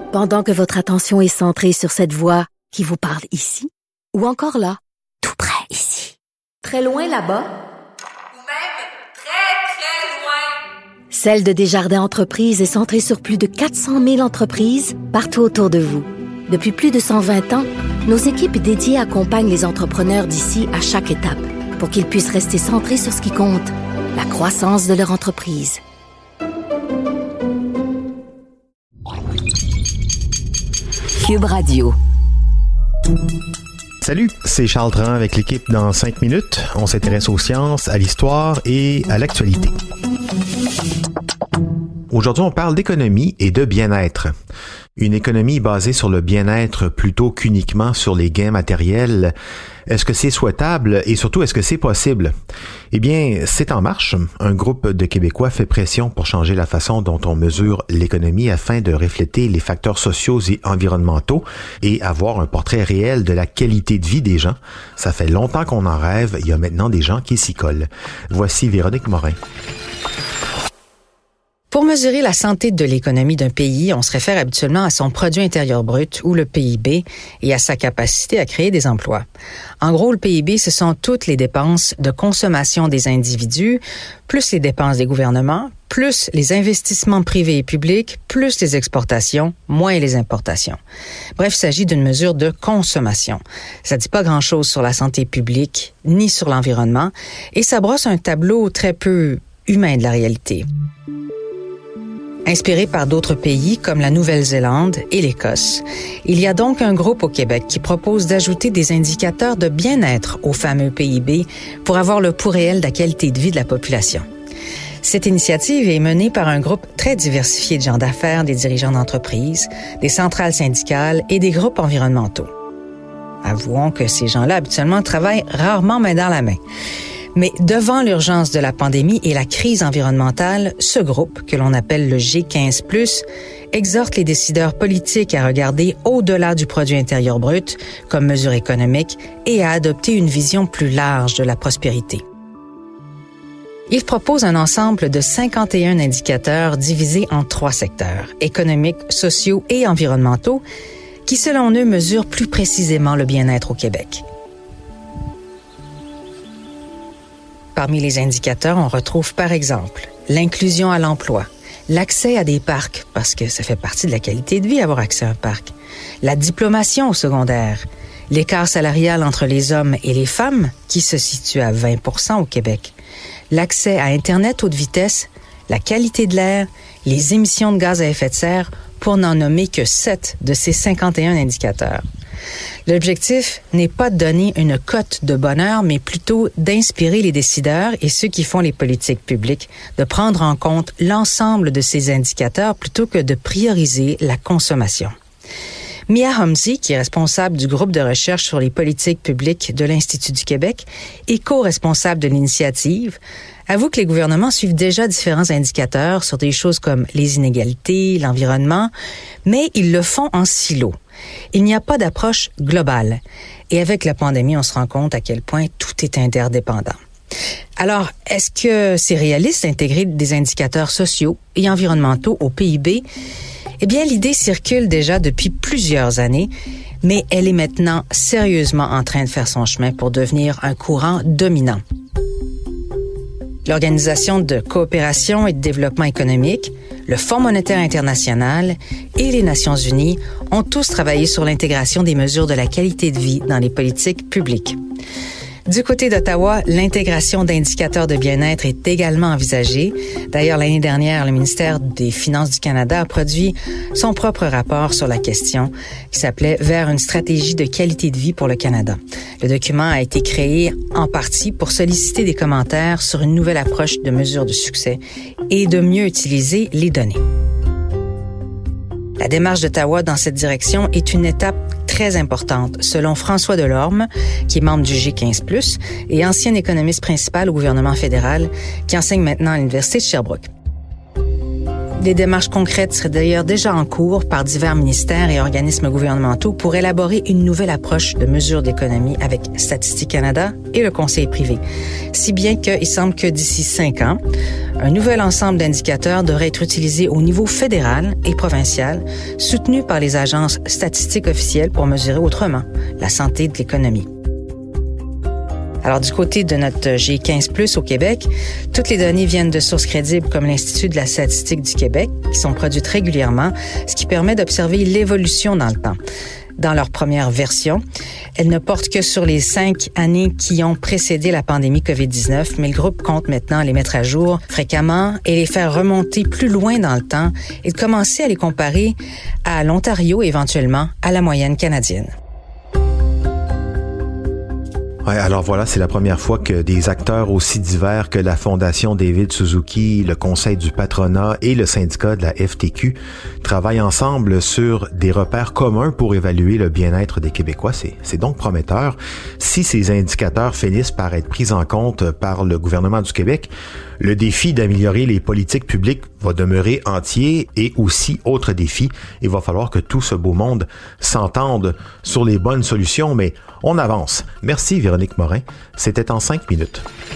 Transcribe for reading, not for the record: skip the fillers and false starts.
Pendant que votre attention est centrée sur cette voix qui vous parle ici, ou encore là, tout près ici, très loin là-bas, ou même très, très loin. Celle de Desjardins Entreprises est centrée sur plus de 400 000 entreprises partout autour de vous. Depuis plus de 120 ans, nos équipes dédiées accompagnent les entrepreneurs d'ici à chaque étape pour qu'ils puissent rester centrés sur ce qui compte, la croissance de leur entreprise. Cube Radio. Salut, c'est Charles Dran avec l'équipe dans 5 minutes. On s'intéresse aux sciences, à l'histoire et à l'actualité. Aujourd'hui, on parle d'économie et de bien-être. Une économie basée sur le bien-être plutôt qu'uniquement sur les gains matériels. Est-ce que c'est souhaitable et surtout, est-ce que c'est possible? Eh bien, c'est en marche. Un groupe de Québécois fait pression pour changer la façon dont on mesure l'économie afin de refléter les facteurs sociaux et environnementaux et avoir un portrait réel de la qualité de vie des gens. Ça fait longtemps qu'on en rêve. Il y a maintenant des gens qui s'y collent. Voici Véronique Morin. Pour mesurer la santé de l'économie d'un pays, on se réfère habituellement à son produit intérieur brut, ou le PIB, et à sa capacité à créer des emplois. En gros, le PIB, ce sont toutes les dépenses de consommation des individus, plus les dépenses des gouvernements, plus les investissements privés et publics, plus les exportations, moins les importations. Bref, il s'agit d'une mesure de consommation. Ça ne dit pas grand-chose sur la santé publique, ni sur l'environnement, et ça brosse un tableau très peu humain de la réalité. Inspiré par d'autres pays comme la Nouvelle-Zélande et l'Écosse. Il y a donc un groupe au Québec qui propose d'ajouter des indicateurs de bien-être au fameux PIB pour avoir le pouls réel de la qualité de vie de la population. Cette initiative est menée par un groupe très diversifié de gens d'affaires, des dirigeants d'entreprises, des centrales syndicales et des groupes environnementaux. Avouons que ces gens-là, habituellement, travaillent rarement main dans la main. Mais devant l'urgence de la pandémie et la crise environnementale, ce groupe, que l'on appelle le G15+, exhorte les décideurs politiques à regarder au-delà du produit intérieur brut comme mesure économique et à adopter une vision plus large de la prospérité. Il propose un ensemble de 51 indicateurs divisés en 3 secteurs, économiques, sociaux et environnementaux, qui selon eux mesurent plus précisément le bien-être au Québec. Parmi les indicateurs, on retrouve par exemple l'inclusion à l'emploi, l'accès à des parcs, parce que ça fait partie de la qualité de vie avoir accès à un parc, la diplomation au secondaire, l'écart salarial entre les hommes et les femmes, qui se situe à 20% au Québec, l'accès à Internet haute vitesse, la qualité de l'air, les émissions de gaz à effet de serre, pour n'en nommer que 7 de ces 51 indicateurs. L'objectif n'est pas de donner une cote de bonheur, mais plutôt d'inspirer les décideurs et ceux qui font les politiques publiques de prendre en compte l'ensemble de ces indicateurs plutôt que de prioriser la consommation. Mia Homsey, qui est responsable du groupe de recherche sur les politiques publiques de l'Institut du Québec et co-responsable de l'initiative, avoue que les gouvernements suivent déjà différents indicateurs sur des choses comme les inégalités, l'environnement, mais ils le font en silo. Il n'y a pas d'approche globale. Et avec la pandémie, on se rend compte à quel point tout est interdépendant. Alors, est-ce que c'est réaliste d'intégrer des indicateurs sociaux et environnementaux au PIB? Eh bien, l'idée circule déjà depuis plusieurs années, mais elle est maintenant sérieusement en train de faire son chemin pour devenir un courant dominant. L'Organisation de coopération et de développement économique, le Fonds monétaire international et les Nations unies ont tous travaillé sur l'intégration des mesures de la qualité de vie dans les politiques publiques. Du côté d'Ottawa, l'intégration d'indicateurs de bien-être est également envisagée. D'ailleurs, l'année dernière, le ministère des Finances du Canada a produit son propre rapport sur la question qui s'appelait « Vers une stratégie de qualité de vie pour le Canada ». Le document a été créé en partie pour solliciter des commentaires sur une nouvelle approche de mesure de succès et de mieux utiliser les données. La démarche d'Ottawa dans cette direction est une étape très importante, selon François Delorme, qui est membre du G15+, et ancien économiste principal au gouvernement fédéral, qui enseigne maintenant à l'Université de Sherbrooke. Des démarches concrètes seraient d'ailleurs déjà en cours par divers ministères et organismes gouvernementaux pour élaborer une nouvelle approche de mesure d'économie avec Statistique Canada et le Conseil privé. Si bien qu'il semble que d'ici 5 ans, Un nouvel ensemble d'indicateurs devrait être utilisé au niveau fédéral et provincial, soutenu par les agences statistiques officielles pour mesurer autrement la santé de l'économie. Alors, du côté de notre G15+, au Québec, toutes les données viennent de sources crédibles comme l'Institut de la statistique du Québec, qui sont produites régulièrement, ce qui permet d'observer l'évolution dans le temps. Dans leur première version, elles ne portent que sur les 5 années qui ont précédé la pandémie COVID-19, mais le groupe compte maintenant les mettre à jour fréquemment et les faire remonter plus loin dans le temps et de commencer à les comparer à l'Ontario et éventuellement à la moyenne canadienne. Ouais, alors voilà, c'est la première fois que des acteurs aussi divers que la Fondation David Suzuki, le Conseil du patronat et le syndicat de la FTQ travaillent ensemble sur des repères communs pour évaluer le bien-être des Québécois. C'est donc prometteur. Si ces indicateurs finissent par être pris en compte par le gouvernement du Québec, le défi d'améliorer les politiques publiques va demeurer entier et aussi autre défi. Il va falloir que tout ce beau monde s'entende sur les bonnes solutions, mais on avance. Merci Véronique Morin. C'était en 5 minutes.